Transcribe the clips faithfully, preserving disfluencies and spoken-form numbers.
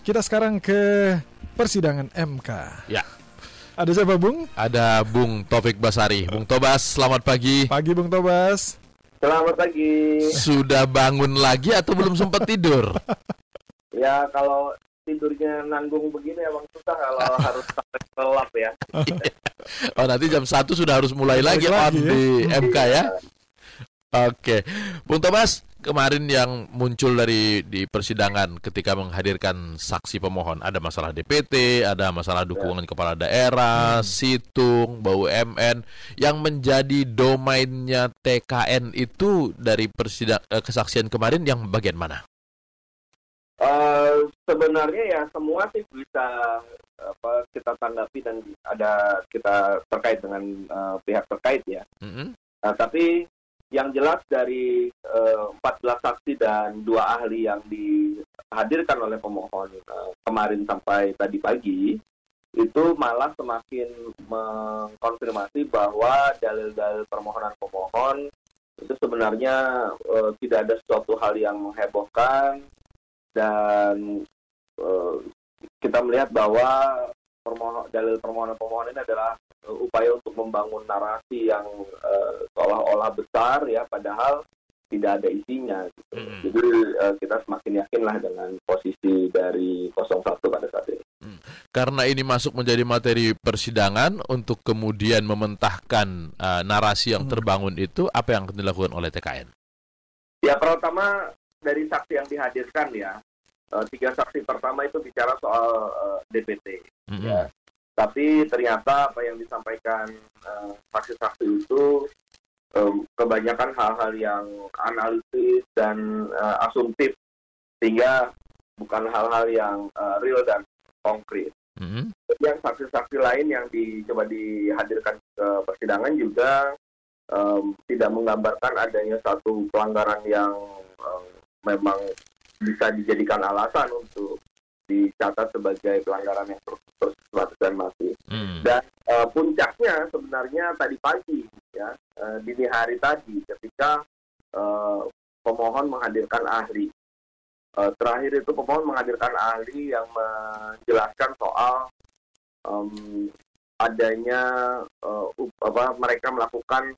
Kita sekarang ke persidangan M K. Ya. Ada siapa, Bung? Ada Bung Taufik Basari. Bung Tobas, selamat pagi. Pagi, Bung Tobas. Selamat pagi. Sudah bangun lagi atau belum sempat tidur? Ya, kalau tidurnya nanggung begini emang susah kalau harus sampai gelap ya. Oh, nanti jam satu sudah harus mulai lagi on lagi, ya? di M K ya. Oke. Bung Tobas, kemarin yang muncul dari di persidangan ketika menghadirkan saksi pemohon, ada masalah D P T, ada masalah dukungan kepala daerah, situng, B U M N, yang menjadi domainnya T K N itu dari persidang eh, kesaksian kemarin yang bagian mana? Uh, sebenarnya ya semua sih bisa apa kita tanggapi dan ada kita terkait dengan uh, pihak terkait ya. Mm-hmm. Nah, tapi yang jelas dari uh, empat belas saksi dan dua ahli yang dihadirkan oleh pemohon uh, kemarin sampai tadi pagi, itu malah semakin mengkonfirmasi bahwa dalil-dalil permohonan pemohon itu sebenarnya uh, tidak ada suatu hal yang menghebohkan, dan uh, kita melihat bahwa permohon, dalil permohonan pemohon ini adalah uh, upaya untuk membangun narasi yang uh, seolah-olah besar ya, padahal tidak ada isinya gitu. Mm-hmm. Jadi uh, kita semakin yakinlah dengan posisi dari nol satu pada saat ini. Mm. Karena ini masuk menjadi materi persidangan untuk kemudian mementahkan uh, narasi yang terbangun itu, apa yang akan dilakukan oleh T K N? Ya, pertama dari saksi yang dihadirkan ya, uh, tiga saksi pertama itu bicara soal uh, D P T. Mm-hmm. Ya. Tapi ternyata apa yang disampaikan uh, saksi-saksi itu um, kebanyakan hal-hal yang analisis dan uh, asumtif, sehingga bukan hal-hal yang uh, real dan konkret. Mm-hmm. Yang saksi-saksi lain yang dicoba dihadirkan ke persidangan juga um, tidak menggambarkan adanya satu pelanggaran yang um, memang bisa dijadikan alasan untuk dicatat sebagai pelanggaran yang terus terus dan masif. Mm. Dan uh, puncaknya sebenarnya tadi pagi ya, uh, dini hari tadi ketika uh, pemohon menghadirkan ahli. Uh, terakhir itu pemohon menghadirkan ahli yang menjelaskan soal um, adanya uh, apa mereka melakukan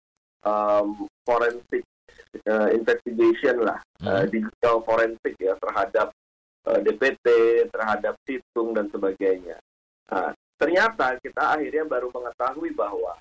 um, forensik uh, investigation lah, Mm. uh, digital forensik ya terhadap uh, D P T, terhadap situng dan sebagainya. Nah, ternyata kita akhirnya baru mengetahui bahwa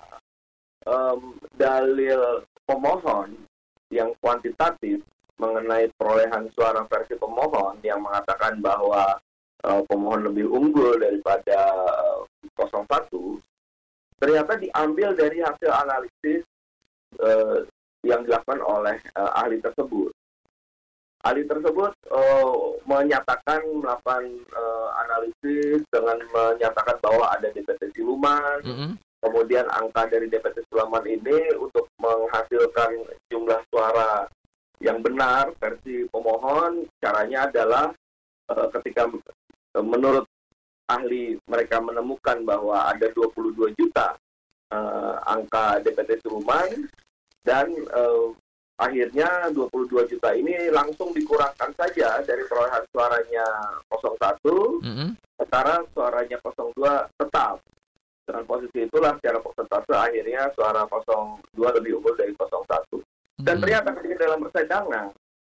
um, dalil pemohon yang kuantitatif mengenai perolehan suara versi pemohon yang mengatakan bahwa uh, pemohon lebih unggul daripada uh, nol satu, ternyata diambil dari hasil analisis uh, yang dilakukan oleh uh, ahli tersebut. Ahli tersebut uh, menyatakan melakukan uh, analisis dengan menyatakan bahwa ada D P T siluman, Mm-hmm. kemudian angka dari D P T siluman ini untuk menghasilkan jumlah suara yang benar versi pemohon, caranya adalah uh, ketika uh, menurut ahli mereka menemukan bahwa ada dua puluh dua juta uh, angka D P T siluman, dan uh, akhirnya dua puluh dua juta ini langsung dikurangkan saja dari perolehan suaranya nol satu, Mm-hmm. sementara suaranya nol dua tetap. Dengan posisi itulah secara persentase akhirnya suara nol dua lebih unggul dari nol satu. Dan ternyata ketika dalam persidangan,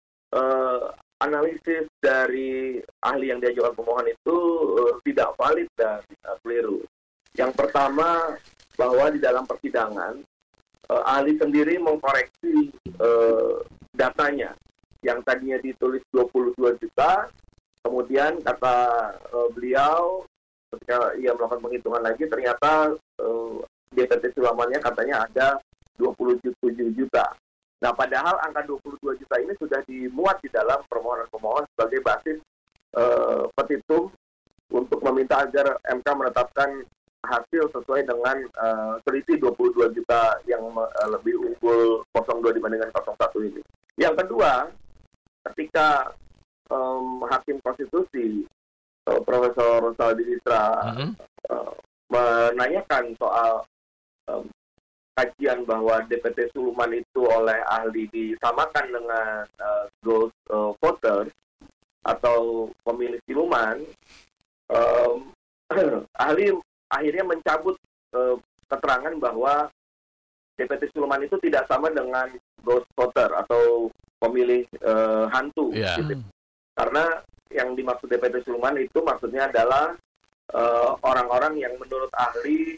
eh, analisis dari ahli yang diajukan pemohon itu eh, tidak valid dan eh, keliru. Yang pertama, bahwa di dalam persidangan, eh, ahli sendiri mengkoreksi eh, datanya. Yang tadinya ditulis dua puluh dua juta, kemudian kata eh, beliau, ketika ia melakukan penghitungan lagi, ternyata eh, D P T silumannya katanya ada dua puluh tujuh juta. Nah, padahal angka dua puluh dua juta ini sudah dimuat di dalam permohonan pemohon sebagai basis uh, petitum untuk meminta agar M K menetapkan hasil sesuai dengan uh, selisih dua puluh dua juta yang uh, lebih unggul nol dua dibandingkan nol satu ini. Yang kedua, ketika um, Hakim Konstitusi uh, Profesor Saldi Isra mm-hmm. uh, menanyakan soal um, kajian bahwa D P T siluman itu oleh ahli disamakan dengan uh, ghost uh, voters, atau pemilih siluman, um, ahli akhirnya mencabut uh, keterangan bahwa D P T siluman itu tidak sama dengan ghost voter atau pemilih uh, hantu. Yeah. Gitu. Karena yang dimaksud D P T siluman itu maksudnya adalah uh, orang-orang yang menurut ahli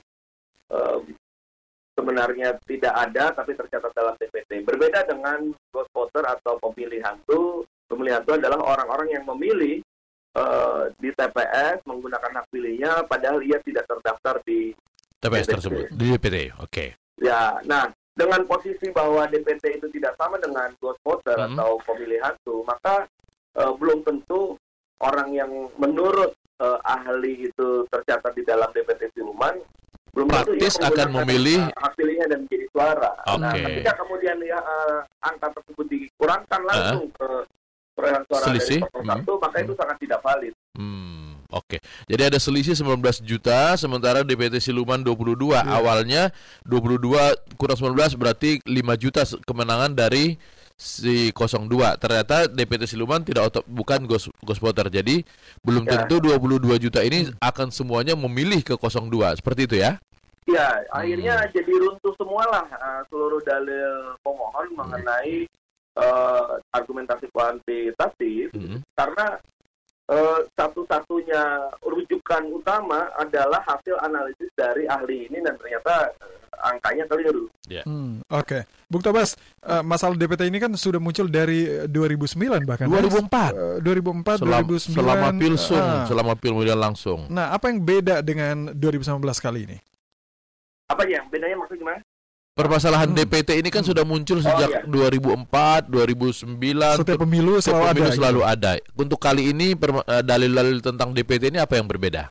uh, sebenarnya tidak ada tapi tercatat dalam D P T. Berbeda dengan ghost voter atau pemilih hantu. Pemilih hantu adalah orang-orang yang memilih uh, di T P S menggunakan hak pilihnya padahal ia tidak terdaftar di T P S D P T. tersebut, di D P T. Oke. Okay. Ya, nah dengan posisi bahwa D P T itu tidak sama dengan ghost voter hmm. atau pemilih hantu, maka uh, belum tentu orang yang menurut uh, ahli itu tercatat di dalam D P T siluman belum praktis tentu akan memilih hak pilihnya dan menjadi suara. Okay. Nah, ketika kemudian ya, uh, angka tersebut dikurangkan langsung uh. ke perolehan suara selisih. dari nol satu, hmm. maka itu sangat tidak valid. Hmm. Oke, jadi ada selisih sembilan belas juta, sementara D P T siluman dua puluh dua. Yeah. Awalnya dua puluh dua kurang sembilan belas berarti lima juta kemenangan dari si nol dua. Ternyata D P T siluman tidak auto, bukan ghost, ghost voter. Jadi belum yeah. tentu dua puluh dua juta ini akan semuanya memilih ke nol dua. Seperti itu ya? Ya, akhirnya hmm. jadi runtuh semualah uh, seluruh dalil pemohon hmm. mengenai uh, argumentasi kuantitatif hmm. karena Uh, satu-satunya rujukan utama adalah hasil analisis dari ahli ini dan ternyata uh, angkanya keliru. Yeah. Hmm, Oke, okay. Bung Tobas, uh, masalah D P T ini kan sudah muncul dari dua ribu sembilan bahkan. dua ribu empat Uh, dua ribu empat, Selam, dua ribu sembilan. Selama pilsum, uh, selama pemilihan langsung. Nah, apa yang beda dengan dua ribu sembilan belas kali ini? Apa ya? Bedanya maksudnya gimana? Permasalahan hmm. D P T ini kan hmm. sudah muncul sejak oh, iya. dua ribu empat, dua ribu sembilan. Setiap pemilu selalu setiap pemilu ada. Selalu gitu. ada. Untuk kali ini per, uh, dalil-dalil tentang D P T ini apa yang berbeda?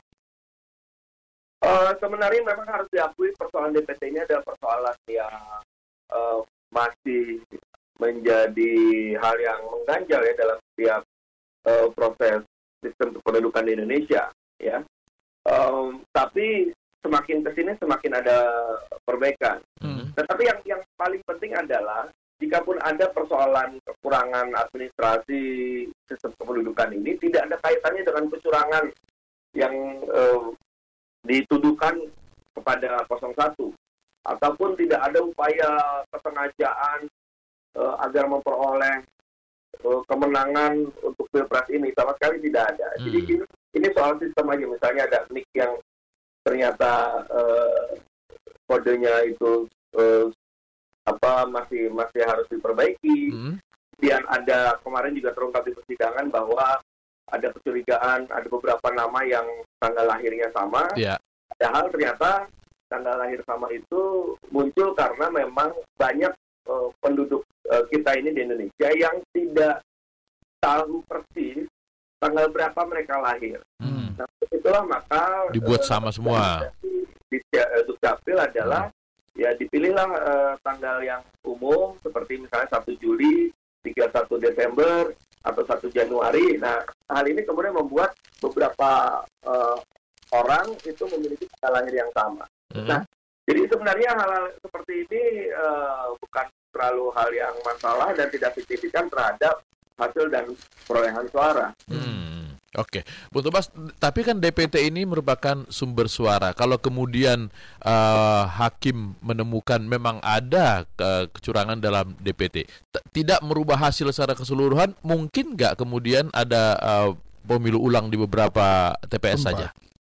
Uh, sebenarnya memang harus diakui persoalan D P T ini adalah persoalan yang uh, masih menjadi hal yang mengganjal ya dalam setiap uh, proses sistem kependudukan di Indonesia. Ya, um, tapi semakin kesini semakin ada perbaikan. Hmm. Tetapi yang yang paling penting adalah jika pun ada persoalan kekurangan administrasi sistem kependudukan ini tidak ada kaitannya dengan kecurangan yang eh, dituduhkan kepada nol satu ataupun tidak ada upaya kesengajaan eh, agar memperoleh eh, kemenangan untuk pilpres ini sama sekali tidak ada. Hmm. Jadi ini, ini soal sistem aja, misalnya ada nik yang ternyata uh, kodenya itu uh, apa masih masih harus diperbaiki. Hmm. Kemudian ada kemarin juga terungkap di persidangan bahwa ada kecurigaan ada beberapa nama yang tanggal lahirnya sama. Yeah. Padahal ternyata tanggal lahir sama itu muncul karena memang banyak uh, penduduk uh, kita ini di Indonesia yang tidak tahu persis tanggal berapa mereka lahir. Hmm. Nah, itulah maka dibuat uh, sama semua. Di, di, di Dukcapil adalah hmm. ya dipilihlah uh, tanggal yang umum seperti misalnya satu Juli, tiga puluh satu Desember atau satu Januari. Nah, hal ini kemudian membuat beberapa uh, orang itu memiliki tanggal lahir yang sama. Hmm. Nah, jadi sebenarnya hal-hal seperti ini uh, bukan terlalu hal yang masalah dan tidak signifikan terhadap hasil dan perolehan suara. Hmm, Oke, okay. Bu Tobas, tapi kan D P T ini merupakan sumber suara. Kalau kemudian uh, hakim menemukan memang ada uh, kecurangan dalam D P T, t- tidak merubah hasil secara keseluruhan, mungkin nggak kemudian ada uh, pemilu ulang di beberapa T P S saja?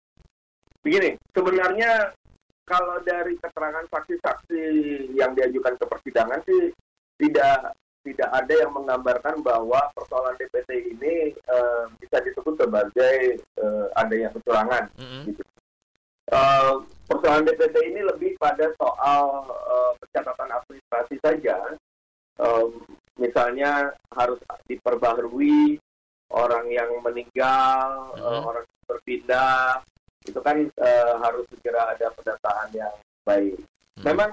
Begini, sebenarnya kalau dari keterangan saksi-saksi yang diajukan ke persidangan sih tidak tidak ada yang menggambarkan bahwa persoalan D P T ini uh, bisa disebut sebagai uh, adanya kecurangan. Mm-hmm. Gitu. Uh, persoalan D P T ini lebih pada soal uh, pencatatan administrasi saja. Um, misalnya harus diperbaharui orang yang meninggal, mm-hmm. uh, orang yang berpindah, itu kan uh, harus segera ada pendataan yang baik. Mm-hmm. Memang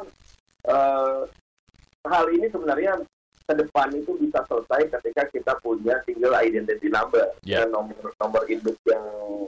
uh, hal ini sebenarnya ke depan itu bisa selesai ketika kita punya single identity number, yeah. dan nomor nomor induk yang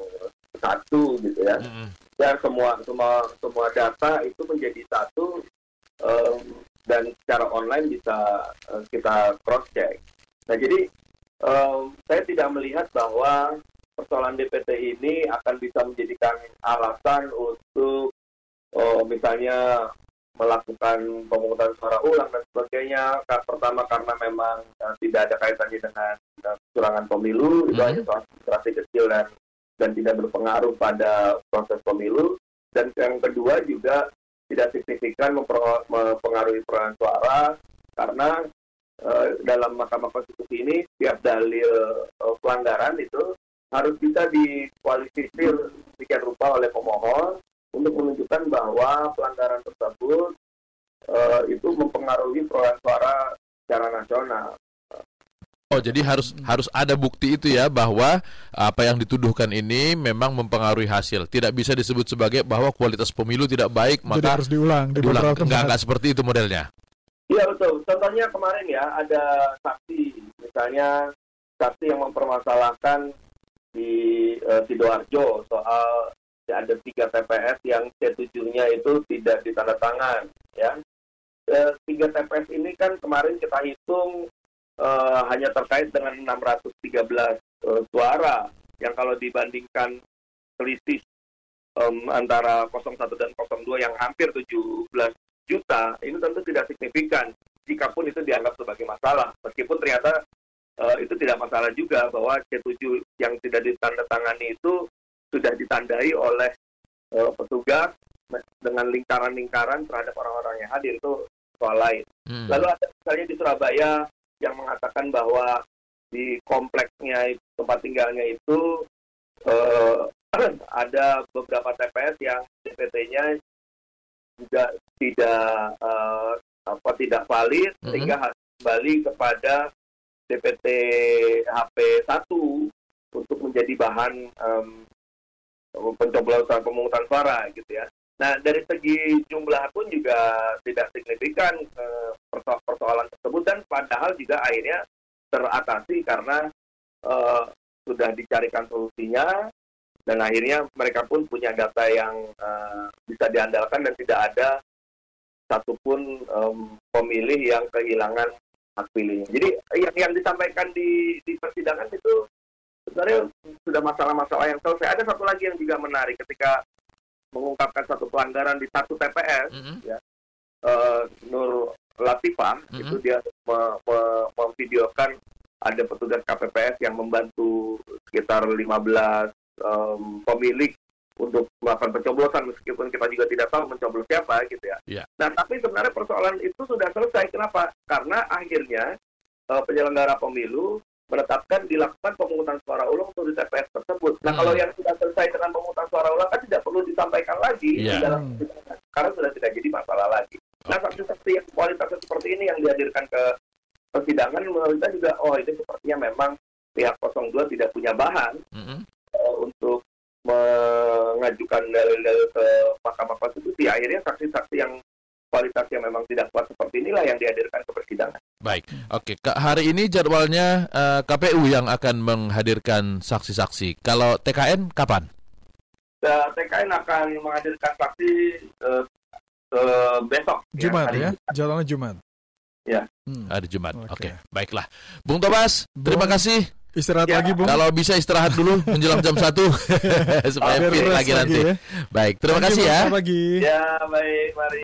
satu gitu ya. Mm-hmm. Dan semua semua semua data itu menjadi satu um, dan secara online bisa uh, kita cross check. Nah jadi um, saya tidak melihat bahwa persoalan D P T ini akan bisa menjadikan alasan untuk uh, misalnya melakukan pemungutan suara ulang dan sebagainya. Pertama karena memang uh, tidak ada kaitannya dengan uh, kecurangan pemilu, itu mm-hmm. hanya soal administrasi kecil dan dan tidak berpengaruh pada proses pemilu. Dan yang kedua juga tidak signifikan mempengaruhi perolehan suara karena uh, dalam Mahkamah Konstitusi ini setiap dalil uh, pelanggaran itu harus bisa dikualifikasi sedemikian rupa oleh pemohon untuk menunjukkan bahwa pelanggaran tersebut uh, itu mempengaruhi perolehan suara secara nasional. Oh, jadi harus harus ada bukti itu ya, bahwa apa yang dituduhkan ini memang mempengaruhi hasil. Tidak bisa disebut sebagai bahwa kualitas pemilu tidak baik, maka jadi harus diulang. diulang. Enggak, enggak seperti itu modelnya. Iya betul. Contohnya kemarin ya ada saksi, misalnya saksi yang mempermasalahkan di uh, Sidoarjo soal ya, ada tiga T P S yang C tujuh-nya itu tidak ditandatangan, ya. E, tiga T P S ini kan kemarin kita hitung e, hanya terkait dengan enam ratus tiga belas e, suara, yang kalau dibandingkan selisih um, antara nol satu dan nol dua yang hampir tujuh belas juta, ini tentu tidak signifikan, jikapun itu dianggap sebagai masalah, meskipun ternyata Uh, itu tidak masalah juga bahwa C tujuh yang tidak ditandatangani itu sudah ditandai oleh uh, petugas dengan lingkaran-lingkaran terhadap orang-orang yang hadir, itu soal lain. Hmm. Lalu ada misalnya di Surabaya yang mengatakan bahwa di kompleksnya tempat tinggalnya itu uh, ada beberapa T P S yang D P T-nya juga tidak uh, apa tidak valid, hmm. sehingga harus kembali kepada D P T H P satu untuk menjadi bahan um, pencoblosan pemungutan suara gitu ya. Nah dari segi jumlah pun juga tidak signifikan uh, perso- persoalan tersebut, dan padahal juga akhirnya teratasi karena uh, sudah dicarikan solusinya, dan akhirnya mereka pun punya data yang uh, bisa diandalkan dan tidak ada satupun um, pemilih yang kehilangan hak pilihnya. Jadi yang yang disampaikan di di persidangan itu sebenarnya sudah masalah-masalah yang selesai. Ada satu lagi yang juga menarik ketika mengungkapkan satu pelanggaran di satu T P S, mm-hmm. ya, uh, Nur Latifah, mm-hmm. itu dia me- me- memvideokan ada petugas K P P S yang membantu sekitar lima belas um, pemilik untuk melakukan pencoblosan, meskipun kita juga tidak tahu mencoblos siapa gitu ya. Yeah. Nah, tapi sebenarnya persoalan itu sudah selesai. Kenapa? Karena akhirnya uh, penyelenggara pemilu menetapkan dilakukan pemungutan suara ulang untuk di T P S tersebut. Nah, hmm. kalau yang sudah selesai dengan pemungutan suara ulang kan tidak perlu disampaikan lagi yeah. di dalam karena sudah tidak jadi masalah lagi. Okay. Nah, saksi-saksi yang kualitasnya seperti ini yang dihadirkan ke persidangan, menurut saya juga, oh ini sepertinya memang pihak nol dua tidak punya bahan mm-hmm. uh, untuk mengajukan dalil-dalil ke Mahkamah Konstitusi. Akhirnya saksi-saksi yang kualitasnya memang tidak kuat seperti inilah yang dihadirkan ke persidangan. Baik, oke. Okay. Hari ini jadwalnya uh, K P U yang akan menghadirkan saksi-saksi. Kalau T K N kapan? Uh, T K N akan menghadirkan saksi uh, uh, besok. Jumat ya? ya? Jadwalnya Jumat. Ya. Hmm. Hari Jumat. Oke, okay. okay. Baiklah. Bung Tobas, Bung, terima kasih. Istirahat ya. lagi, Bung. Kalau bisa istirahat dulu menjelang jam satu supaya fit lagi nanti. Ya. Baik, terima kasih ya. Lagi. Ya, baik, mari.